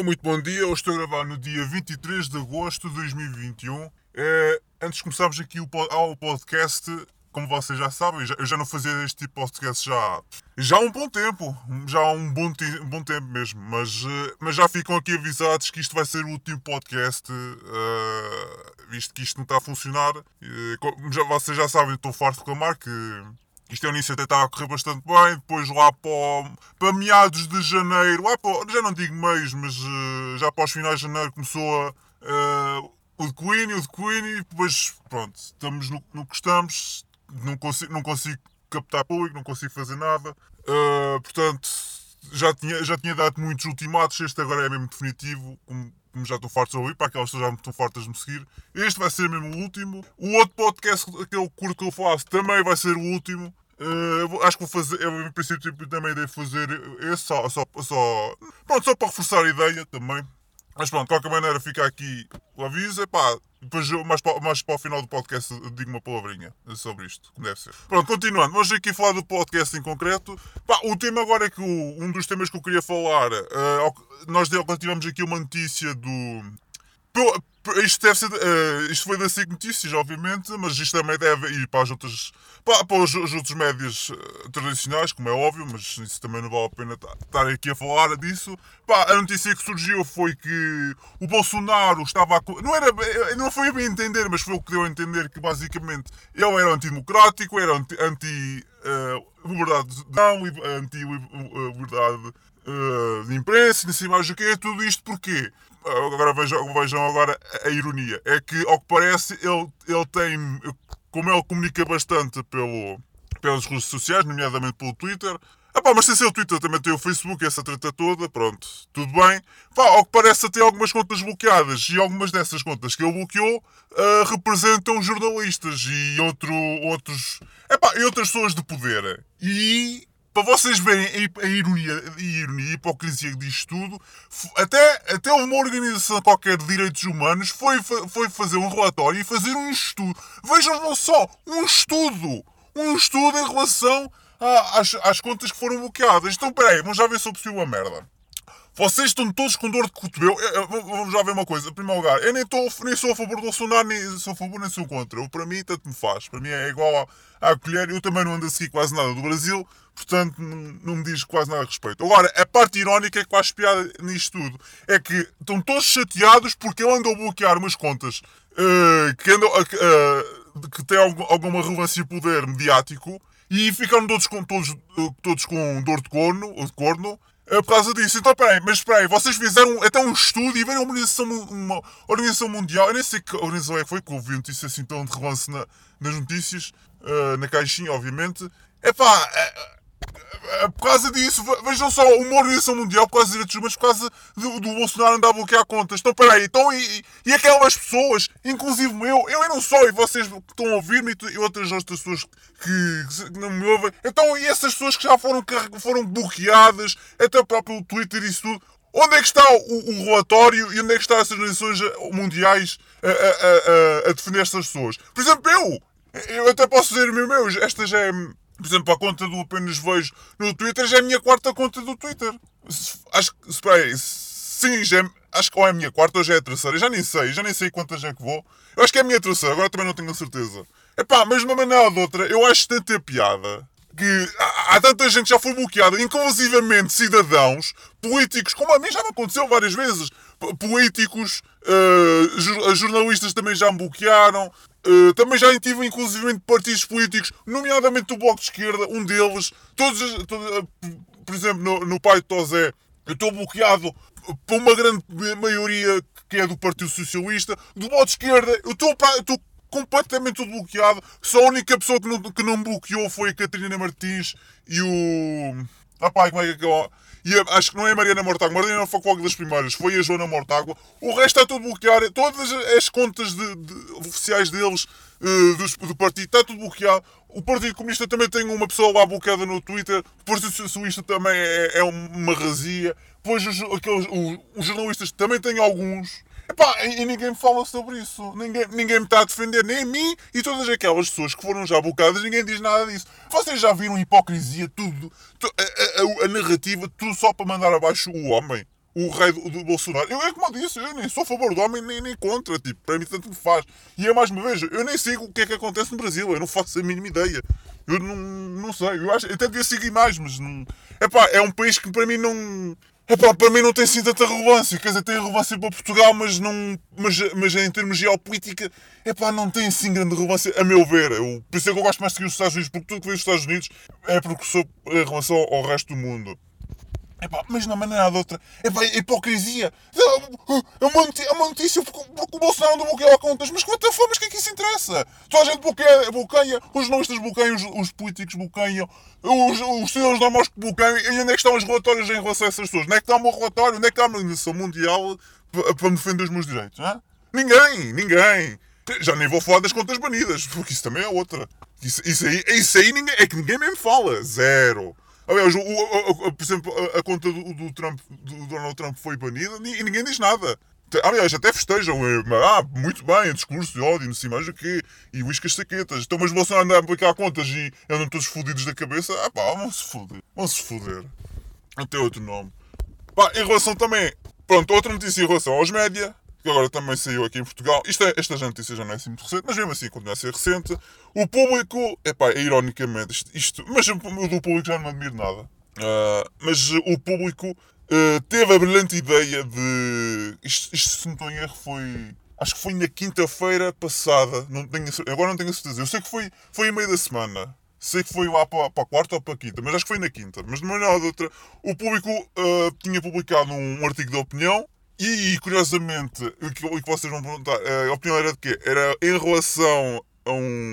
Ora, muito bom dia. Hoje estou a gravar no dia 23 de agosto de 2021. Antes de começarmos aqui o podcast, como vocês já sabem, eu já não fazia este tipo de podcast já há um bom tempo. Já há um bom tempo mesmo. Mas já ficam aqui avisados que isto vai ser o último podcast, visto que isto não está a funcionar. Vocês já sabem, estou farto de reclamar que isto ao início até estava a correr bastante bem, depois lá para meados de janeiro, já não digo mês, mas já para os finais de janeiro começou o declínio, e depois pronto, estamos no que estamos, não consigo captar público, não consigo fazer nada, portanto já tinha dado muitos ultimatos, este agora é mesmo definitivo, como já estou farto de ouvir, para aquelas pessoas já estão fartas de me seguir. Este vai ser mesmo o último. O outro podcast, aquele curto que eu faço, também vai ser o último. Acho que vou fazer, eu em princípio também devo fazer esse só para reforçar a ideia também. Mas pronto, de qualquer maneira fica aqui o aviso. Depois mais para o final do podcast eu digo uma palavrinha sobre isto, como deve ser. Pronto, continuando, vamos aqui falar do podcast em concreto. O tema agora é que um dos temas que eu queria falar, nós tivemos aqui uma notícia do... Isto foi da SIC Notícias, obviamente, mas isto também deve ir para os outros médias tradicionais, como é óbvio, mas isso também não vale a pena estar aqui a falar disso. A notícia que surgiu foi que o Bolsonaro estava não foi bem entender, mas foi o que deu a entender que basicamente ele era antidemocrático, era anti-liberdade anti-liberdade de imprensa, não sei mais o que, tudo isto porquê? Agora vejam agora a ironia. É que, ao que parece, ele tem... Como ele comunica bastante pelas redes sociais, nomeadamente pelo Twitter. Mas sem ser o Twitter, também tem o Facebook, essa treta toda, pronto, tudo bem. Ao que parece, tem algumas contas bloqueadas. E algumas dessas contas que ele bloqueou representam jornalistas e outras pessoas de poder. E... para vocês verem a ironia e a hipocrisia disto tudo, até uma organização qualquer de direitos humanos foi fazer um relatório e fazer um estudo. Vejam só, um estudo em relação às contas que foram bloqueadas. Então, peraí, vamos já ver se eu percebi uma merda. Vocês estão todos com dor de cotovelo. Vamos já ver uma coisa. Em primeiro lugar, eu nem sou a favor do Bolsonaro, nem sou a favor, nem sou contra. Para mim, tanto me faz. Para mim é igual à colher. Eu também não ando a seguir quase nada do Brasil, portanto, não me diz quase nada a respeito. Agora, a parte irónica é que faz piada nisto tudo é que estão todos chateados porque ele andou a bloquear umas contas que têm alguma relevância e poder mediático e ficaram todos com dor de corno. Por causa disso. Então, espera aí, vocês fizeram até um estudo e veio uma organização mundial, eu nem sei que organização é que foi, que eu vi notícia assim tão de relance nas notícias, na caixinha, obviamente. Por causa disso, vejam só, uma organização mundial, por causa dos direitos humanos, por causa do Bolsonaro andar a bloquear contas. Então, e aquelas pessoas, inclusive eu não sou, e vocês que estão a ouvir-me e outras pessoas que não me ouvem, então, e essas pessoas que já foram bloqueadas, até o próprio Twitter e isso tudo, onde é que está o relatório e onde é que estão essas organizações mundiais a defender estas pessoas? Por exemplo, eu até posso dizer, esta já é... Por exemplo, a conta do Apenas Vejo no Twitter já é a minha quarta conta do Twitter. Acho que ou é a minha quarta ou já é a terceira. Já nem sei quantas é que vou. Eu acho que é a minha terceira, agora também não tenho a certeza. Mas de uma maneira ou de outra, eu acho tanta piada que há tanta gente que já foi bloqueada, inclusivamente cidadãos, políticos, como a mim já me aconteceu várias vezes. Políticos, jornalistas também já me bloquearam. Também já tive inclusivamente partidos políticos, nomeadamente do Bloco de Esquerda, um deles, por exemplo, no pai de Tosé, eu estou bloqueado por uma grande maioria que é do Partido Socialista, do Bloco de Esquerda, eu estou completamente bloqueado, só a única pessoa que não me bloqueou foi a Catarina Martins e o... como é que é? E acho que não é a Mariana Mortágua. Mariana não foi qualquer das primeiras. Foi a Joana Mortágua. O resto está tudo bloqueado. Todas as contas oficiais deles, do partido, está tudo bloqueado. O Partido Comunista também tem uma pessoa lá bloqueada no Twitter. O Partido Socialista também é uma razia. Depois os jornalistas também têm alguns. E ninguém me fala sobre isso. Ninguém me está a defender, nem a mim e todas aquelas pessoas que foram já bloqueadas, ninguém diz nada disso. Vocês já viram a hipocrisia, tudo, a narrativa, tudo só para mandar abaixo o homem? o rei do Bolsonaro. Eu é como eu disse, eu nem sou a favor do homem nem contra, tipo, para mim tanto me faz. E é mais uma vez, eu nem sei o que é que acontece no Brasil, eu não faço a mínima ideia. Eu não sei, eu até devia seguir mais, mas não. Epá, é um país que para mim não. Epá, para mim não tem assim tanta relevância, quer dizer, tem relevância para Portugal, mas não. Mas em termos de geopolítica, epá, não tem assim grande relevância, a meu ver. Por isso é que eu gosto mais de seguir os Estados Unidos, porque tudo que vejo os Estados Unidos é porque sou em relação ao resto do mundo. Epá, mas não há maneira de outra. Epá, é hipocrisia. É uma notícia porque o Bolsonaro não bloqueia contas. Mas quanto a fome, mas o que é que isso interessa? Toda a gente bloqueia, os jornalistas bloqueiam, os políticos bloqueiam, os cidadãos normais que bloqueiam. E onde é que estão os relatórios em relação a essas pessoas? Onde é que está o meu relatório? Onde é que está a Organização Mundial para me defender os meus direitos? Hein? Ninguém. Já nem vou falar das contas banidas, porque isso também é outra. Isso aí ninguém, é que ninguém mesmo fala. Zero. Aliás, por exemplo, a conta do Donald Trump foi banida e ninguém diz nada. Aliás, até festejam. Muito bem, discurso de ódio, não sei mais o quê. E uíscas saquetas. Então, mas o Bolsonaro anda a aplicar contas e andam todos fodidos da cabeça. Vão-se foder. Não tem outro nome. Em relação também... Pronto, outra notícia em relação aos média, que agora também saiu aqui em Portugal. Esta notícia já não é assim muito recente, mas mesmo assim continua a ser recente. O público, ironicamente, mas o do público já não me admiro nada. Mas o público teve a brilhante ideia de... Isto, se não estou em erro, foi... Acho que foi na quinta-feira passada. Agora não tenho a certeza. Eu sei que foi em meio da semana. Sei que foi lá para a quarta ou para a quinta, mas acho que foi na quinta. Mas de uma maneira ou de outra, o público tinha publicado um artigo de opinião. E, curiosamente, o que vocês vão perguntar, a opinião era de quê? Era em relação a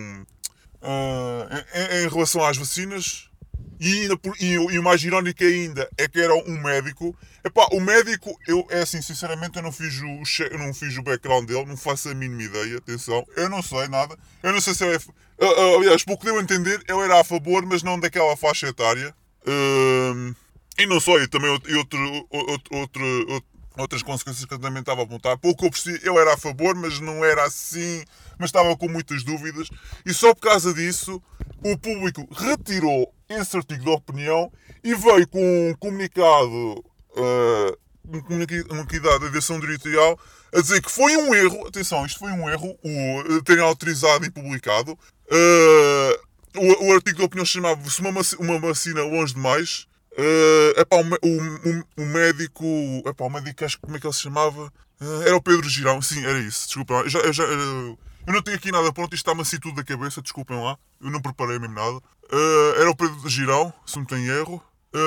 em relação às vacinas. E o mais irónico ainda é que era um médico. O médico, sinceramente, eu não fiz o background dele, não faço a mínima ideia, atenção. Eu não sei nada. Eu não sei se ele é... aliás, pouco deu a entender, ele era a favor, mas não daquela faixa etária. E não sei, também outras consequências que eu também estava a apontar. Pouco eu percebi, eu era a favor, mas não era assim, mas estava com muitas dúvidas. E só por causa disso, o público retirou esse artigo de opinião e veio com um comunicado, um comunicado da direção editorial a dizer que foi um erro, atenção, isto foi um erro, o terem autorizado e publicado. O artigo de opinião chamava-se uma vacina longe demais. O médico. O médico, acho que como é que ele se chamava? Era o Pedro Girão, sim, era isso. Desculpem lá. Eu não tenho aqui nada pronto, isto está-me assim tudo da cabeça, desculpem lá. Eu não preparei mesmo nada. Era o Pedro Girão, se não tenho erro.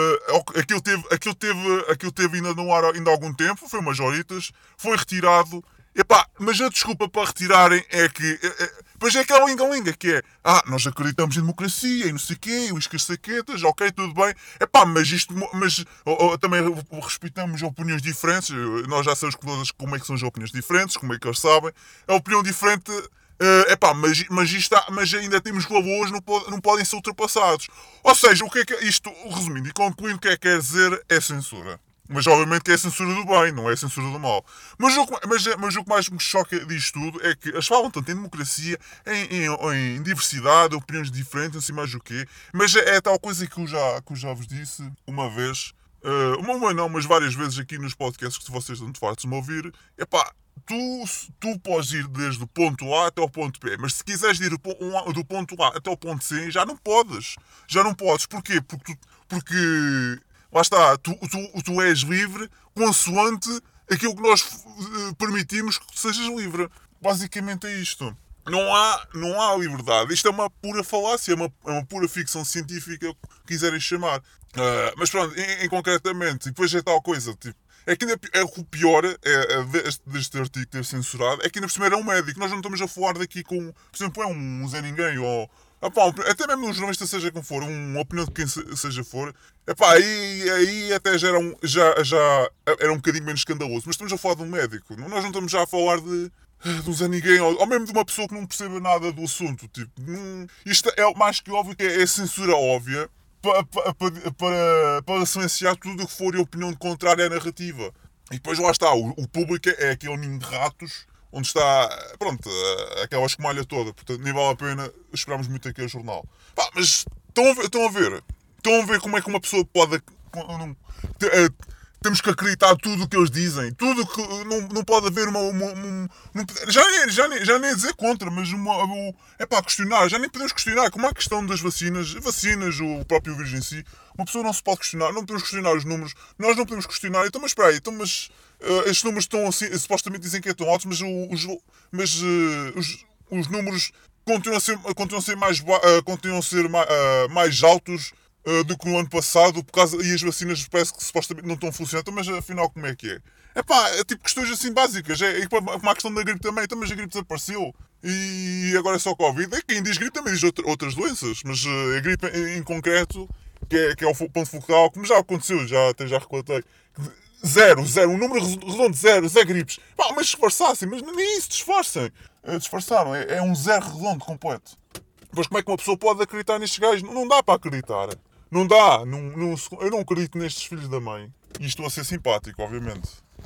Aquilo teve ainda no ar ainda há algum tempo, foi umas horitas, foi retirado. Mas a desculpa para retirarem é que... Pois é aquela linga-linga que é... nós acreditamos em democracia e não sei o quê, e uíscas saquetas, ok, tudo bem. Mas também respeitamos opiniões diferentes. Nós já sabemos como é que são as opiniões diferentes, como é que eles sabem. A opinião diferente... mas ainda temos valores, não podem ser ultrapassados. Ou seja, o que é que isto, resumindo e concluindo, o que é que quer dizer é censura. Mas obviamente que é censura do bem, não é censura do mal. Mas o que mais me choca disto tudo é que eles falam tanto em democracia, em diversidade, opiniões diferentes, não sei mais o quê. Mas é tal coisa que eu já vos disse uma vez, uma não, mas várias vezes aqui nos podcasts que vocês estão de fartos de me ouvir. Tu podes ir desde o ponto A até o ponto B, mas se quiseres ir do ponto A até o ponto C, já não podes. Porquê? Porque lá está, tu és livre consoante aquilo que nós permitimos que tu sejas livre. Basicamente é isto. Não há liberdade. Isto é uma pura falácia, é uma pura ficção científica, o que quiserem chamar. Mas pronto, em concretamente, e depois é tal coisa, tipo, é que ainda o pior deste artigo ter censurado é que ainda por cima era um médico. Nós não estamos a falar daqui com, por exemplo, um Zé Ninguém ou até mesmo um jornalista, seja como for, uma opinião de quem seja for, aí até já era um bocadinho menos escandaloso. Mas estamos a falar de um médico, nós não estamos já a falar de um Zé Ninguém ou mesmo de uma pessoa que não perceba nada do assunto. Tipo, isto é mais que óbvio que é censura óbvia para silenciar tudo o que for a opinião contrária à narrativa. E depois lá está, o público é aquele ninho de ratos onde está, pronto, aquela escumalha toda. Portanto, nem vale a pena esperarmos muito aqui ao jornal. Mas estão a ver como é que uma pessoa pode temos que acreditar tudo o que eles dizem. Tudo que. Não pode haver já nem é dizer contra, mas é para questionar. Já nem podemos questionar. Como a questão das vacinas, o próprio vírus em si, uma pessoa não se pode questionar. Não podemos questionar os números. Nós não podemos questionar. Então, mas espera aí, estes números estão assim, supostamente dizem que é tão altos, mas os números continuam a ser mais altos do que no ano passado, e as vacinas parece que supostamente não estão a funcionar. Então, mas afinal como é que é? É tipo questões assim básicas. Como a questão da gripe também. Então, mas a gripe desapareceu. E agora é só Covid. Quem diz gripe também diz outras doenças. Mas a gripe em concreto, que é o ponto focal, como já aconteceu, já relatei. Zero, um número redondo, zero gripes. Mas disfarçassem, mas nem isso disfarçam. Disfarçaram, é um zero redondo completo. Pois como é que uma pessoa pode acreditar nestes gajos? Não dá para acreditar. Não dá. Eu não acredito nestes filhos da mãe. E estou a ser simpático, obviamente.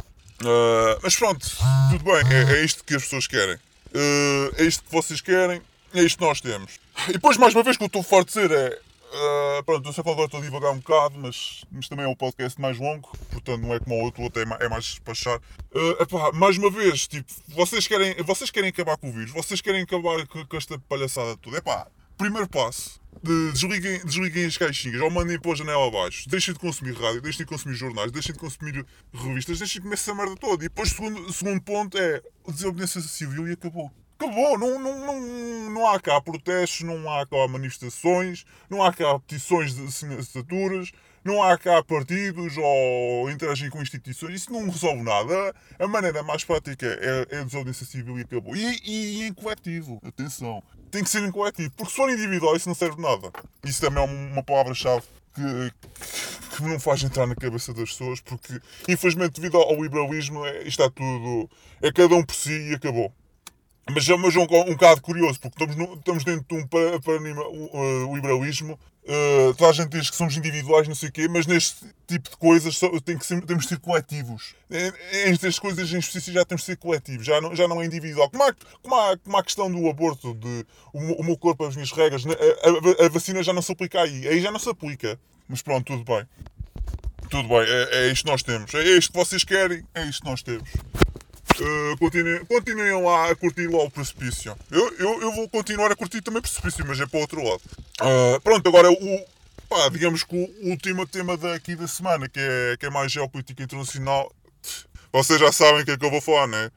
Mas pronto, tudo bem. É isto que as pessoas querem. É isto que vocês querem. É isto que nós temos. E depois, mais uma vez, o que eu estou farto de dizer pronto, eu sei que agora estou a divagar um bocado, mas também é um podcast mais longo, portanto não é como o outro é mais despachar. Mais uma vez, tipo, vocês querem acabar com o vírus, vocês querem acabar com esta palhaçada toda. Primeiro passo, desliguem as caixinhas, ou mandem pela janela abaixo, deixem de consumir rádio, deixem de consumir jornais, deixem de consumir revistas, deixem de comer essa merda toda. E depois o segundo ponto é desobediência civil e acabou. Acabou, não há cá protestos, não há cá manifestações, não há cá petições de assinaturas, não há cá partidos ou interagem com instituições, isso não resolve nada. A maneira mais prática é a desobediência civil e acabou. E em coletivo, atenção, tem que ser em coletivo, porque se for individual isso não serve de nada. Isso também é uma palavra-chave que não faz entrar na cabeça das pessoas, porque infelizmente devido ao liberalismo está tudo, é cada um por si e acabou. Mas é um bocado curioso, porque estamos dentro de um paradigma liberalismo. Toda a gente diz que somos individuais, não sei o quê, mas neste tipo de coisas temos de ser coletivos. Estas coisas em específico já temos de ser coletivos, já não é individual. Como a questão do aborto, o meu corpo, as minhas regras, a vacina já não se aplica aí já não se aplica. Mas pronto, tudo bem. Tudo bem, é isto que nós temos. É isto que vocês querem, é isto que nós temos. Continuem lá a curtir lá o precipício. Eu vou continuar a curtir também o precipício, mas é para o outro lado. Pronto, agora digamos que o último tema daqui da semana, que é mais geopolítica internacional. Vocês já sabem o que é que eu vou falar, não é?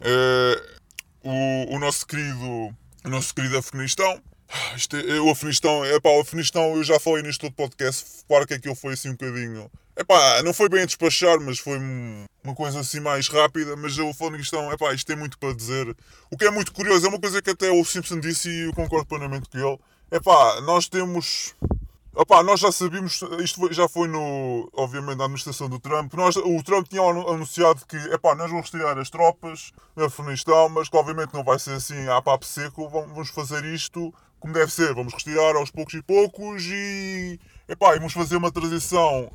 O nosso querido Afeganistão. O Afeganistão, eu já falei neste outro podcast. Claro que aquilo foi assim um bocadinho. Não foi bem a despachar, mas foi uma coisa assim mais rápida. Mas o Afeganistão, isto tem muito para dizer. O que é muito curioso, é uma coisa que até o Simpson disse e eu concordo plenamente com ele. Nós temos. Nós já sabíamos, isto já foi obviamente, na administração do Trump. O Trump tinha anunciado que, nós vamos retirar as tropas no Afeganistão, mas que obviamente não vai ser assim a papo seco. Vamos fazer isto como deve ser. Vamos retirar aos poucos e poucos e vamos fazer uma transição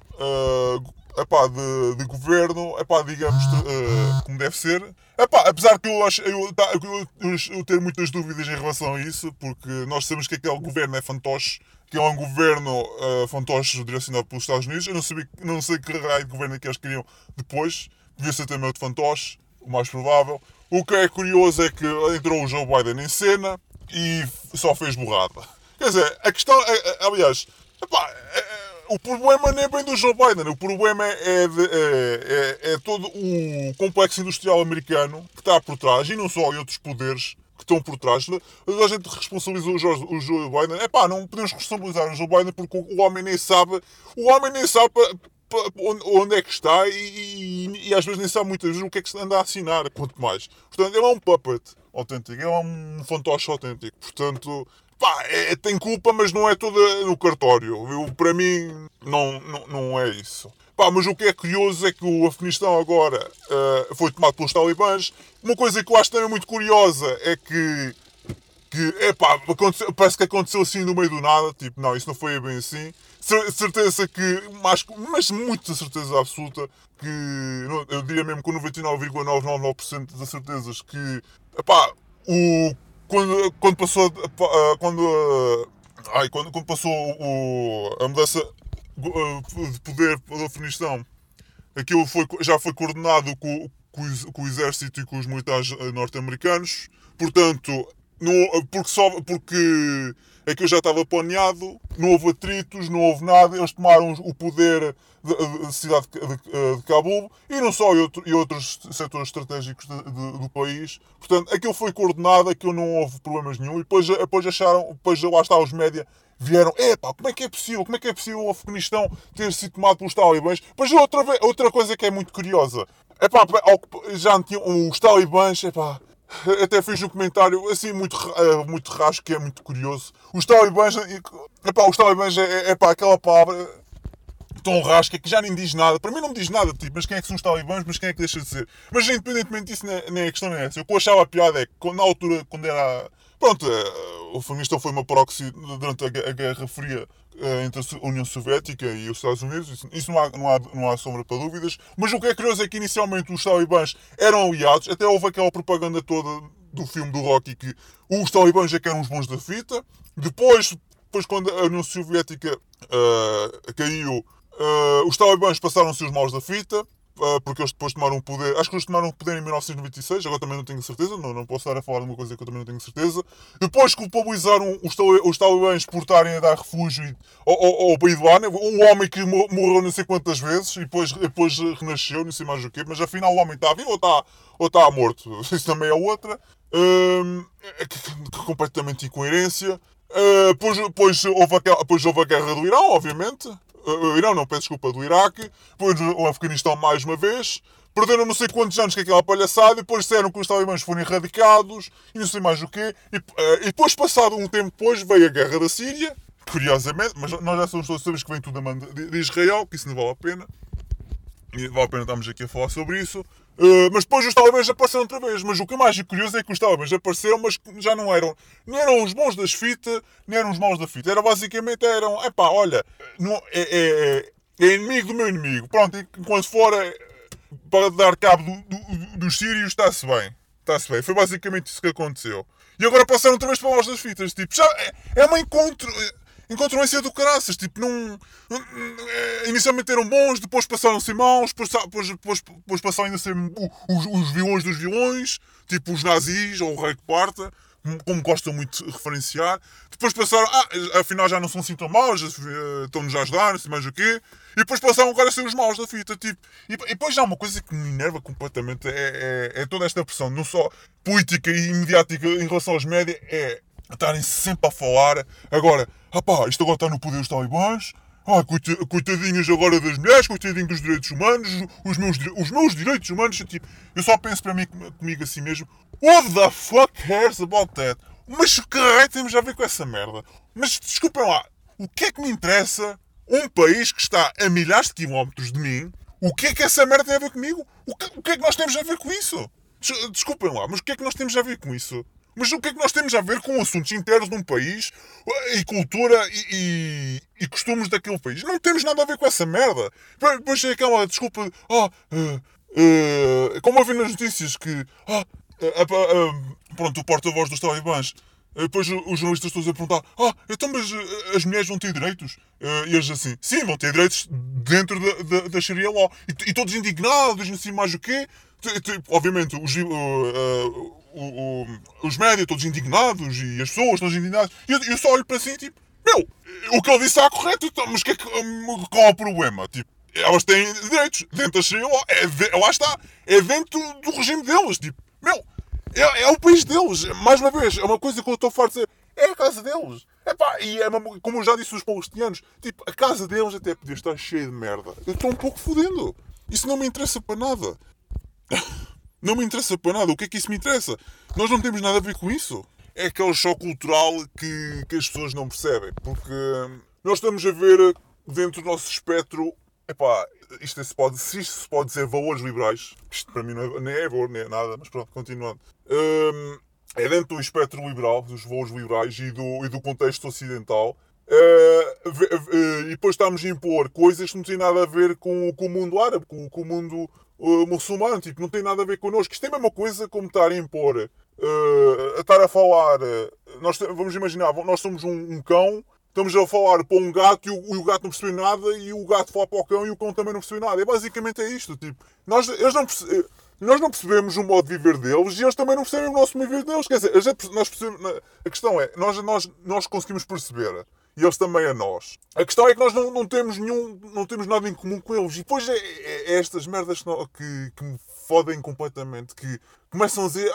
de governo, digamos, como deve ser. Apesar que eu tenho muitas dúvidas em relação a isso, porque nós sabemos que aquele governo é fantoche, que é um governo fantoche direcionado pelos Estados Unidos. Eu não sei que raio de governo é que eles queriam depois. Devia ser também outro fantoche, o mais provável. O que é curioso é que entrou o Joe Biden em cena e só fez borrada. Quer dizer, a questão, aliás, o problema não é bem do Joe Biden, o problema é todo o complexo industrial americano que está por trás, e não só, e outros poderes que estão por trás. A gente responsabiliza o Joe Biden. Não podemos responsabilizar o Joe Biden porque o homem nem sabe onde é que está e às vezes nem sabe muitas vezes o que é que se anda a assinar, quanto mais. Portanto, ele é um puppet autêntico, ele é um fantoche autêntico. Portanto, tem culpa, mas não é toda no cartório. Para mim, não é isso. Mas o que é curioso é que o Afeganistão agora foi tomado pelos talibãs. Uma coisa que eu acho também muito curiosa é que parece que aconteceu assim no meio do nada. Tipo, não, isso não foi bem assim. Certeza que, mas muita certeza absoluta, que eu diria mesmo com 99,999% das certezas que, quando passou a mudança de poder do Afeganistão Aquilo já foi coordenado com o exército e com os militares norte-americanos. Portanto, porque aquilo já estava planeado, não houve atritos, não houve nada, eles tomaram o poder da cidade de Cabul e não só, e outros setores estratégicos do país. Portanto, aquilo foi coordenado, aquilo não houve problemas nenhum. E depois acharam, depois lá está os média, vieram, epá, como é que é possível o Afeganistão ter sido tomado pelos talibãs? Pois outra coisa que é muito curiosa, epá, já tinham os talibãs, epá, até fiz um comentário assim muito rasco, que é muito curioso. Os talibãs é pá, aquela palavra tão rasca que já nem diz nada. Para mim não me diz nada, tipo, mas quem é que são os talibãs, mas quem é que deixa de ser? Mas independentemente disso, nem a questão é essa. O que eu achava a piada é que na altura, quando era... Pronto, o Afeganistão foi uma proxy durante a Guerra Fria entre a União Soviética e os Estados Unidos, isso não há sombra para dúvidas, mas o que é curioso é que inicialmente os talibãs eram aliados, até houve aquela propaganda toda do filme do Rocky que os talibãs é que eram os bons da fita, depois quando a União Soviética caiu, os talibãs passaram a ser os maus da fita, porque eles depois tomaram o poder. Acho que eles tomaram o poder em 1996, agora também não tenho certeza, não posso estar a falar de uma coisa que eu também não tenho certeza. Depois culpabilizaram os talibãs por estarem a dar refúgio ao Baidulana, um homem que morreu não sei quantas vezes e depois renasceu, não sei mais o quê, mas afinal o homem está vivo ou está morto. Isso também é outra. Completamente incoerência. Depois houve a guerra do Irão, obviamente. O Irão, não, peço desculpa, do Iraque. Depois o Afeganistão mais uma vez. Perderam não sei quantos anos com aquela palhaçada. E depois disseram que os talibãs foram erradicados. E não sei mais o quê. E depois, passado um tempo depois, veio a guerra da Síria. Curiosamente, mas nós já somos todos sabemos que vem tudo da mão de Israel, que isso não vale a pena. E vale a pena estarmos aqui a falar sobre isso. Mas depois os talibãs apareceram outra vez. Mas o que é mais curioso é que os talibãs apareceram, mas já não eram. Nem eram os bons das fitas, nem eram os maus da fita. Era basicamente, epá, olha, não, é inimigo do meu inimigo. Pronto, enquanto for para dar cabo dos sírios, está-se bem. Está-se bem. Foi basicamente isso que aconteceu. E agora passaram outra vez para maus das fitas. Tipo, já é uma incontroversia do caraças, tipo, inicialmente eram bons, depois passaram a ser maus, depois passaram ainda a ser os vilões dos vilões, tipo os nazis ou o rei que parta, como gostam muito de referenciar. Depois passaram, afinal já não são assim tão maus, estão-nos a ajudar, não sei mais o quê. E depois passaram agora a ser os maus da fita, tipo. E depois já há uma coisa que me enerva completamente, é toda esta pressão, não só política e mediática em relação aos médias, estarem sempre a falar. Agora, isto agora está no poder dos talibãs. Coitadinhas agora das mulheres, coitadinhos dos direitos humanos, os meus direitos humanos. Tipo, eu só penso para mim comigo assim mesmo. What the fuck cares about that? Mas que raio temos a ver com essa merda? Mas desculpem lá, o que é que me interessa um país que está a milhares de quilómetros de mim? O que é que essa merda tem a ver comigo? O que é que nós temos a ver com isso? Desculpem lá, mas o que é que nós temos a ver com isso? Mas o que é que nós temos a ver com assuntos internos de um país e cultura e costumes daquele país? Não temos nada a ver com essa merda. Depois é aquela desculpa. Como eu vi nas notícias que. Pronto, o porta-voz dos talibãs. Depois os jornalistas todos a perguntar: então mas as mulheres vão ter direitos? E eles assim: sim, vão ter direitos dentro da Sharia Law. E todos indignados, não sei mais o quê. Obviamente, os médias todos indignados e as pessoas todas indignadas. E eu só olho para si tipo, o que ele disse está correto, então, mas qual é o problema? Tipo, elas têm direitos dentro da Sharia Law. Lá está, é dentro do regime deles. Tipo, é o país deles. Mais uma vez, é uma coisa que eu estou farto de dizer. É a casa deles. E como eu já disse os palestinianos, tipo, a casa deles até podia estar cheia de merda. Eu estou um pouco fodendo. Isso não me interessa para nada. Não me interessa para nada. O que é que isso me interessa? Nós não temos nada a ver com isso. É aquele choque cultural que as pessoas não percebem. Porque nós estamos a ver dentro do nosso espectro. Se isto se pode dizer valores liberais. Isto para mim nem é valor, nem é nada. Mas pronto, continuando. É dentro do espectro liberal, dos valores liberais e do contexto ocidental. E depois estamos a impor coisas que não têm nada a ver com o mundo árabe, com o mundo muçulmano, tipo, não tem nada a ver connosco. Isto é a mesma coisa como estar a impor, a estar a falar. Vamos imaginar, nós somos um cão estamos a falar para um gato e o gato não percebeu nada e o gato fala para o cão e o cão também não percebeu nada. Basicamente é isto. Tipo, nós não percebemos o modo de viver deles e eles também não percebem o nosso modo de viver deles. Quer dizer, nós percebemos, a questão é, nós conseguimos perceber. E eles também a nós. A questão é que nós não temos nada em comum com eles. E depois é estas merdas que me fodem completamente. Que começam a dizer,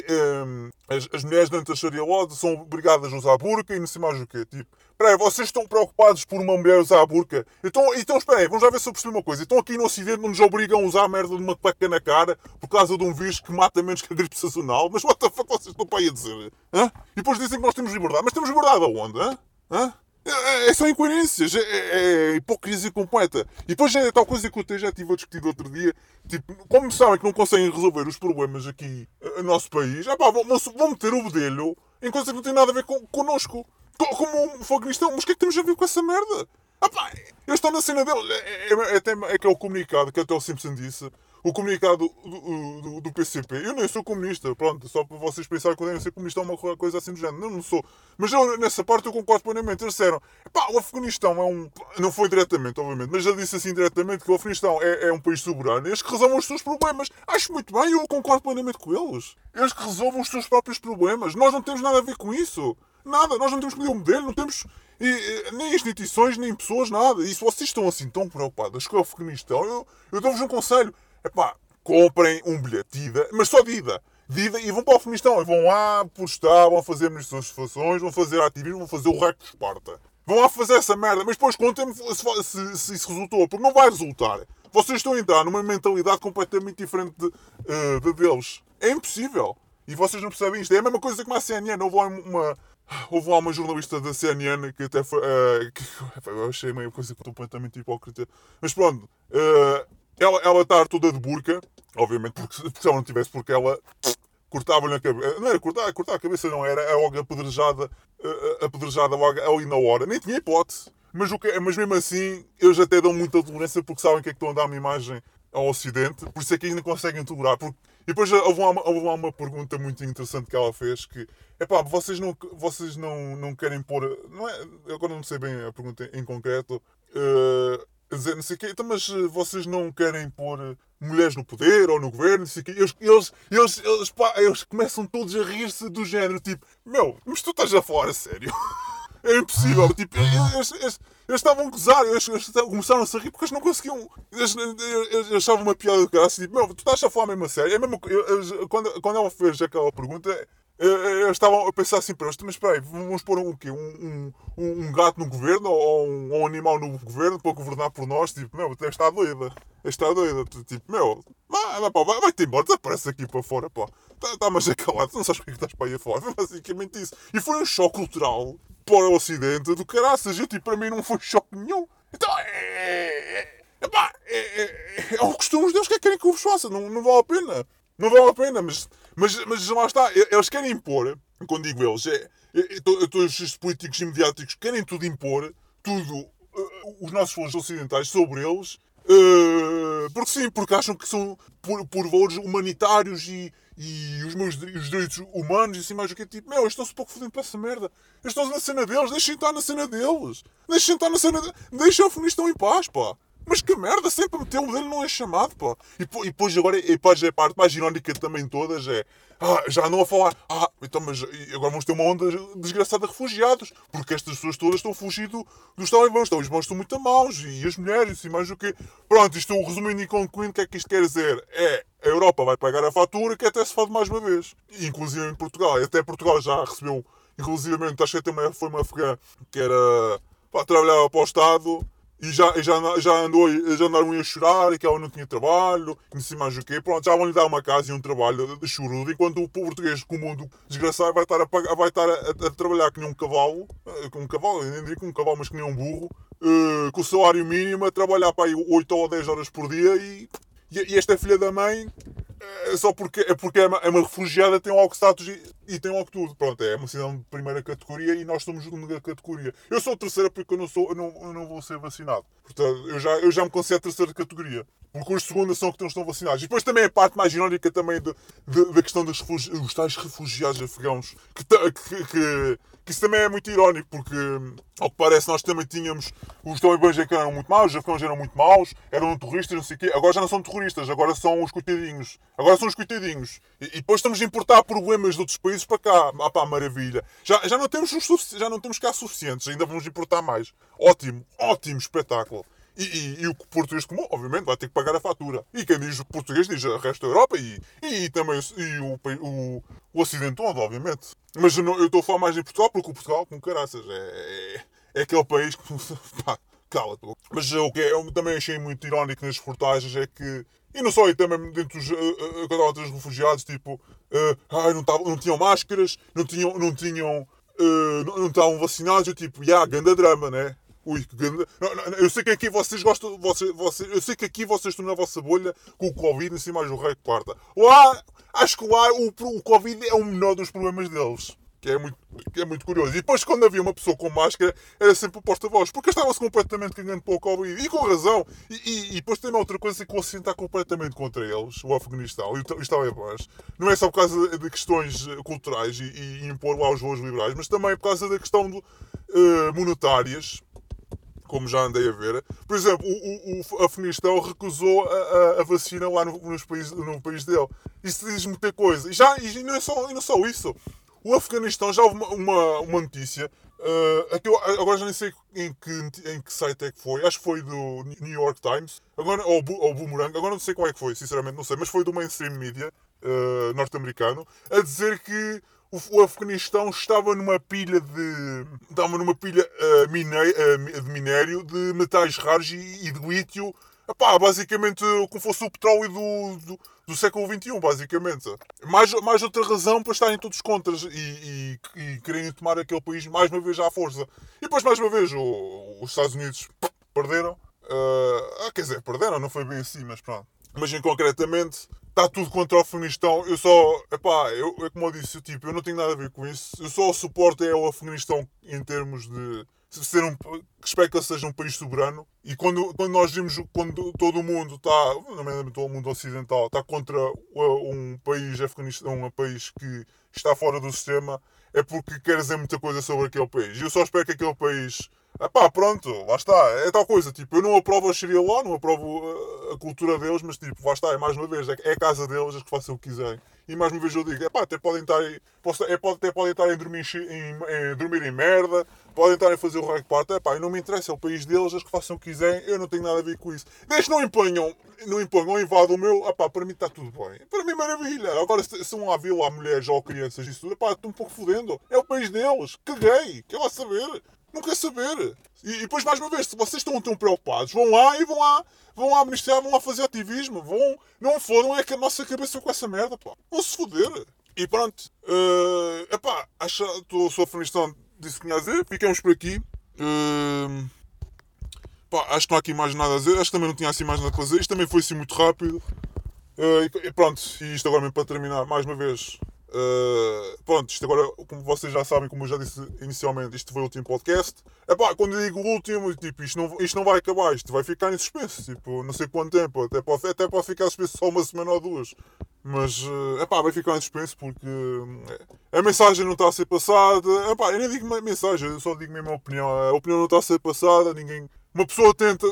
as mulheres durante a Sharia Law são obrigadas a usar burca e não sei mais o quê. Tipo, espera aí, vocês estão preocupados por uma mulher usar a burca? Então espera aí, vamos já ver se eu percebi uma coisa. Então aqui no Ocidente não nos obrigam a usar a merda de uma cueca na cara por causa de um vírus que mata menos que a gripe sazonal. Mas what the fuck vocês estão para aí a dizer? Hã? E depois dizem que nós temos liberdade. Mas temos liberdade aonde? Hã? São incoerências, é hipocrisia completa. E depois é tal coisa que eu até já estive a discutir outro dia. Tipo, como sabem que não conseguem resolver os problemas aqui no nosso país, vão meter o bedelho em coisas que não têm nada a ver connosco. Como um fogo cristão. Mas o que é que temos a ver com essa merda? Eles estão na cena deles. É que é o comunicado que até o Simpson disse. O comunicado do PCP. Eu nem sou comunista, pronto, só para vocês pensarem que eu devo ser comunista ou uma coisa assim do género. Não sou. Mas nessa parte eu concordo plenamente. Eles disseram, o Afeganistão é um... Não foi diretamente, obviamente, mas já disse assim diretamente que o Afeganistão é um país soberano. Eles que resolvam os seus problemas. Acho muito bem, eu concordo plenamente com eles. Eles que resolvam os seus próprios problemas. Nós não temos nada a ver com isso. Nada, nós não temos que pedir um modelo, não temos nem instituições, nem pessoas, nada. E se vocês estão assim tão preocupadas com o Afeganistão, eu dou-vos um conselho. Comprem um bilhete de ida, mas só de ida. E vão para o Afeganistão. E vão lá postar, vão fazer manifestações, vão fazer ativismo, vão fazer o raio de Esparta. Vão lá fazer essa merda, mas depois contem-me se isso resultou, porque não vai resultar. Vocês estão a entrar numa mentalidade completamente diferente deles. É impossível. E vocês não percebem isto. É a mesma coisa que a CNN. Houve lá uma jornalista da CNN que até foi... eu achei uma coisa completamente hipócrita. Mas pronto. Ela está toda de burca. Obviamente, porque se ela não tivesse, porque ela cortava-lhe a cabeça. Não era cortar a cabeça, não. Era logo apedrejada logo ali na hora. Nem tinha hipótese. Mas mesmo assim, eles até dão muita tolerância porque sabem que é que estão a dar uma imagem ao Ocidente. Por isso é que ainda conseguem tolerar. E depois houve lá uma pergunta muito interessante que ela fez que... vocês não querem pôr... Não é, eu agora não sei bem a pergunta em concreto. A dizer não sei o quê. Então, mas vocês não querem pôr mulheres no poder ou no governo, não sei o quê. Eles começam todos a rir-se do género, tipo... Mas tu estás a falar a sério? É impossível. Tipo, eles estavam a gozar. Eles começaram a rir porque eles não conseguiam... Eles achavam uma piada de graça. Tipo, tu estás a falar mesmo a sério? É mesmo, quando ela fez aquela pergunta... Eles estavam a pensar assim, mas espera aí, vamos pôr o quê? Um gato no governo ou um animal no governo para governar por nós? Tipo, está doida. Está doida. Tipo, vai-te embora, desaparece aqui para fora, pá. Está-mas acalado, não sabes o que é que estás para aí a falar. Foi basicamente isso. E foi um choque cultural para o Ocidente do caraças. Para mim não foi choque nenhum. Então, é o costume deles que querem que eu vos faça. Não vale a pena. Não vale a pena, mas lá está. Eles querem impor, quando digo eles, todos os políticos e mediáticos querem tudo impor, os nossos valores ocidentais sobre eles, porque sim, porque acham que são por valores humanitários e os direitos humanos e assim mais o que é tipo, eles estão-se um pouco fodendo para essa merda. Eles estão na cena deles, deixem estar na cena deles. Deixem estar na cena deles. Deixem o Afeganistão em paz, pá. Mas que merda, sempre a meter o dele não é chamado, pá. E depois agora, a parte mais irónica também todas é... já não a falar... então, mas agora vamos ter uma onda desgraçada de refugiados. Porque estas pessoas todas estão a fugir dos talibãs. Os talibãs estão muito maus. E as mulheres, e mais o quê. Pronto, isto resumindo e concluindo, o que é que isto quer dizer? A Europa vai pagar a fatura, que até se fode mais uma vez. Inclusive em Portugal. E até Portugal já recebeu... Inclusive, acho que até foi uma afegã que era... trabalhava para o Estado... E já andaram a chorar e que ela não tinha trabalho, e não sei mais o quê. Pronto, já vão lhe dar uma casa e um trabalho de chorudo, enquanto o português comum do desgraçado vai estar a trabalhar que nem um cavalo, eu nem diria que um cavalo, mas que nem um burro, com o salário mínimo, a trabalhar para aí 8 ou 10 horas por dia e esta filha da mãe, só porque é uma refugiada, tem logo status e tem logo tudo. Pronto, é uma cidadã de primeira categoria e nós somos de segunda categoria. Eu sou terceira porque eu não vou ser vacinado. Portanto, eu já me considero terceira categoria. Porque os de segunda são que não estão vacinados. E depois também a parte mais irónica também da questão dos tais refugiados afegãos. Que isso também é muito irónico, porque, ao que parece, nós também tínhamos... Os talibãs eram muito maus, os afegãos eram muito maus, eram terroristas, não sei o quê. Agora já não são terroristas, agora são os coitadinhos. Agora são os coitadinhos. E depois estamos a importar problemas de outros países para cá. Ah pá, maravilha. Já não temos cá suficientes, ainda vamos importar mais. Ótimo, ótimo espetáculo. E o português comum, obviamente, vai ter que pagar a fatura. E quem diz o português diz o resto da Europa e também o Ocidente todo, obviamente. Mas eu estou a falar mais em Portugal, porque o Portugal, com caraças, é aquele país que... Pá, cala-te. Mas o que eu também achei muito irónico nas reportagens é que... E não só, e também dentro dos refugiados, tipo... não tinham máscaras, não estavam vacinados, eu tipo, ganda drama, né? Ui, que grande... Eu sei que aqui vocês gostam... eu sei que aqui vocês estão na vossa bolha com o Covid em cima mais o rei que quarta. Lá, acho que lá o Covid é o menor dos problemas deles. Que é muito curioso. E depois, quando havia uma pessoa com máscara, era sempre o porta-voz. Porque estava-se completamente cagando para o Covid. E com razão. E depois tem outra coisa que o Ocidente está completamente contra eles. O Afeganistão. E os talibãs. Não é só por causa de questões culturais e impor lá os voos liberais, mas também por causa da questão monetárias, como já andei a ver. Por exemplo, o Afeganistão recusou a vacina lá no país dele. Isso diz muita coisa. E não é só isso. O Afeganistão, já houve uma notícia, agora já nem sei em que site é que foi, acho que foi do New York Times, agora, ou Boomerang, agora não sei qual é que foi, sinceramente não sei, mas foi do mainstream media norte-americano, a dizer que o Afeganistão estava numa pilha de minério de metais raros e de lítio. Epá, basicamente como fosse o petróleo do século XXI, basicamente. Mais outra razão para estarem todos contras e quererem tomar aquele país mais uma vez à força. E depois mais uma vez os Estados Unidos perderam. Quer dizer, perderam, não foi bem assim, mas pronto. Mas concretamente está tudo contra o Afeganistão. É como eu disse, eu não tenho nada a ver com isso. Eu só suporto o Afeganistão em termos de espero que ele seja um país soberano. E quando nós vimos, quando todo o mundo está, nomeadamente todo o mundo ocidental, está contra um país Afeganistão, um país que está fora do sistema, é porque quer dizer muita coisa sobre aquele país. E eu só espero que aquele país... pronto, lá está, é tal coisa, eu não aprovo a Sharia law, não aprovo a cultura deles, mas lá está, mais uma vez, é a casa deles, eles que façam o que quiserem. E mais uma vez eu digo, até podem estar em dormir em merda, podem estar a fazer o raio que parte, não me interessa, é o país deles, eles que façam o que quiserem, eu não tenho nada a ver com isso. Desde que não imponham, invadam o meu, para mim está tudo bem. Para mim maravilha. Agora se não há vila, há mulheres ou crianças, isso tudo, estou um pouco fodendo. É o país deles, caguei, quer lá saber. Não quer saber. E depois, mais uma vez, se vocês estão tão preocupados, vão lá administrar, vão lá fazer ativismo. Não fodam, é que a nossa cabeça com essa merda, pá. Vão-se foder. E pronto. Acho que o Sr. Afeganistão disse que tinha a dizer. Ficamos por aqui. Acho que não há aqui mais nada a dizer. Acho que também não tinha assim mais nada a fazer. Isto também foi assim muito rápido. E pronto. E isto agora mesmo para terminar, mais uma vez. Isto agora, como vocês já sabem, como eu já disse inicialmente, isto foi o último podcast. Quando eu digo o último, isto não vai acabar, isto vai ficar em suspenso, não sei quanto tempo, até pode ficar em suspenso só uma semana ou duas. Mas, vai ficar em suspenso porque a mensagem não está a ser passada. Eu nem digo mensagem, eu só digo mesmo a opinião. A opinião não está a ser passada, uma pessoa tenta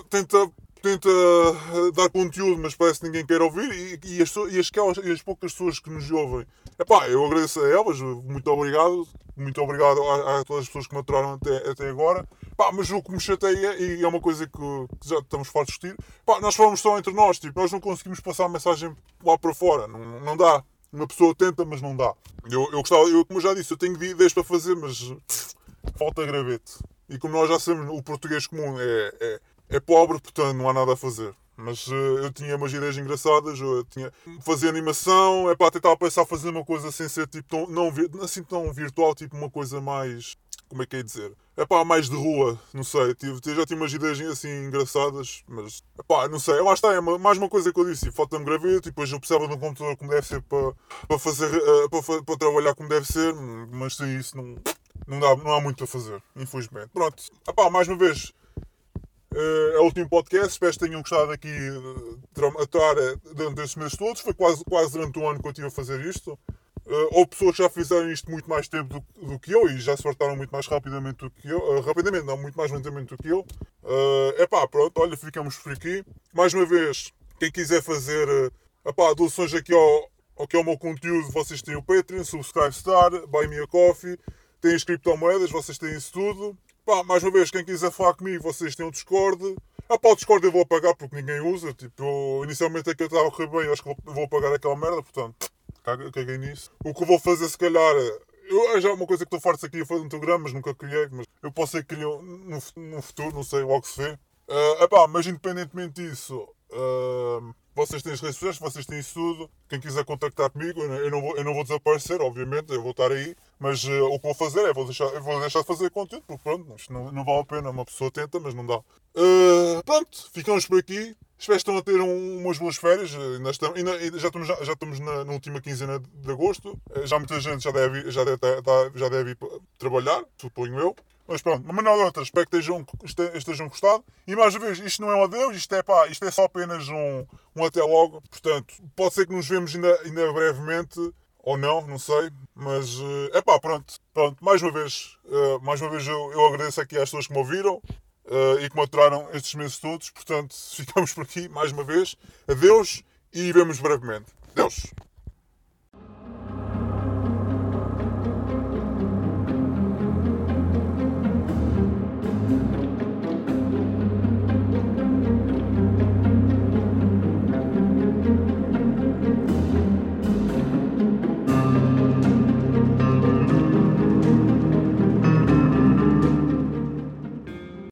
dar conteúdo, mas parece que ninguém quer ouvir e as poucas pessoas que nos ouvem, eu agradeço a elas, muito obrigado a todas as pessoas que me aturaram até agora, mas o que me chateia, e é uma coisa que já estamos fartos de discutir, nós falamos só entre nós, nós não conseguimos passar a mensagem lá para fora, não dá. Uma pessoa tenta, mas não dá. Eu gostava, como eu já disse, eu tenho ideias para fazer, mas falta gravete. E como nós já sabemos, o português comum é pobre, portanto não há nada a fazer. Mas eu tinha umas ideias engraçadas, eu tinha fazer animação, tentar pensar fazer uma coisa sem ser não assim tão virtual, uma coisa mais, como é que é dizer? Mais de rua, não sei, já tinha umas ideias assim engraçadas, mas não sei, lá está, é mais uma coisa que eu disse, falta-me gravete, e depois eu precisava de um computador como deve ser para fazer, para trabalhar como deve ser, mas sem isso não há muito a fazer, infelizmente. Pronto, mais uma vez, é o último podcast, espero que tenham gostado aqui de a estar durante estes meses todos. Foi quase durante um ano que eu estive a fazer isto. Houve pessoas que já fizeram isto muito mais tempo do que eu e já se fartaram muito mais rapidamente do que eu. Rapidamente, não, muito mais lentamente do que eu. Pronto, olha, ficamos por aqui. Mais uma vez, quem quiser fazer doações aqui ao meu conteúdo, vocês têm o Patreon, Subscribe Star, Buy Me a Coffee, têm as criptomoedas, vocês têm isso tudo. Mais uma vez, quem quiser falar comigo, vocês têm o Discord. O Discord eu vou apagar porque ninguém usa. Tipo, inicialmente é que eu estava a correr bem, acho que vou apagar aquela merda, portanto, caguei nisso. O que eu vou fazer, se calhar, já é uma coisa que estou farto aqui a fazer no Telegram, mas nunca criei, mas eu posso ser que crie no futuro, não sei, logo se vê. Mas independentemente disso, vocês têm as redes sociais, vocês têm isso tudo. Quem quiser contactar comigo, eu não vou desaparecer, obviamente, eu vou estar aí. Mas o que vou fazer é, vou deixar de fazer conteúdo, porque pronto, isto não vale a pena. Uma pessoa tenta, mas não dá. Pronto, ficamos por aqui. Espero que estão a ter umas boas férias. Já estamos na última quinzena de agosto. Já muita gente já deve ir trabalhar, suponho eu. Mas pronto, uma maneira ou outra, espero que estejam gostado. E mais uma vez, isto não é um adeus, isto é só apenas um até logo. Portanto, pode ser que nos vemos ainda brevemente, ou não sei. Mas, pronto, mais uma vez eu agradeço aqui às pessoas que me ouviram e que me aturaram estes meses todos. Portanto, ficamos por aqui, mais uma vez. Adeus e vemos brevemente. Adeus.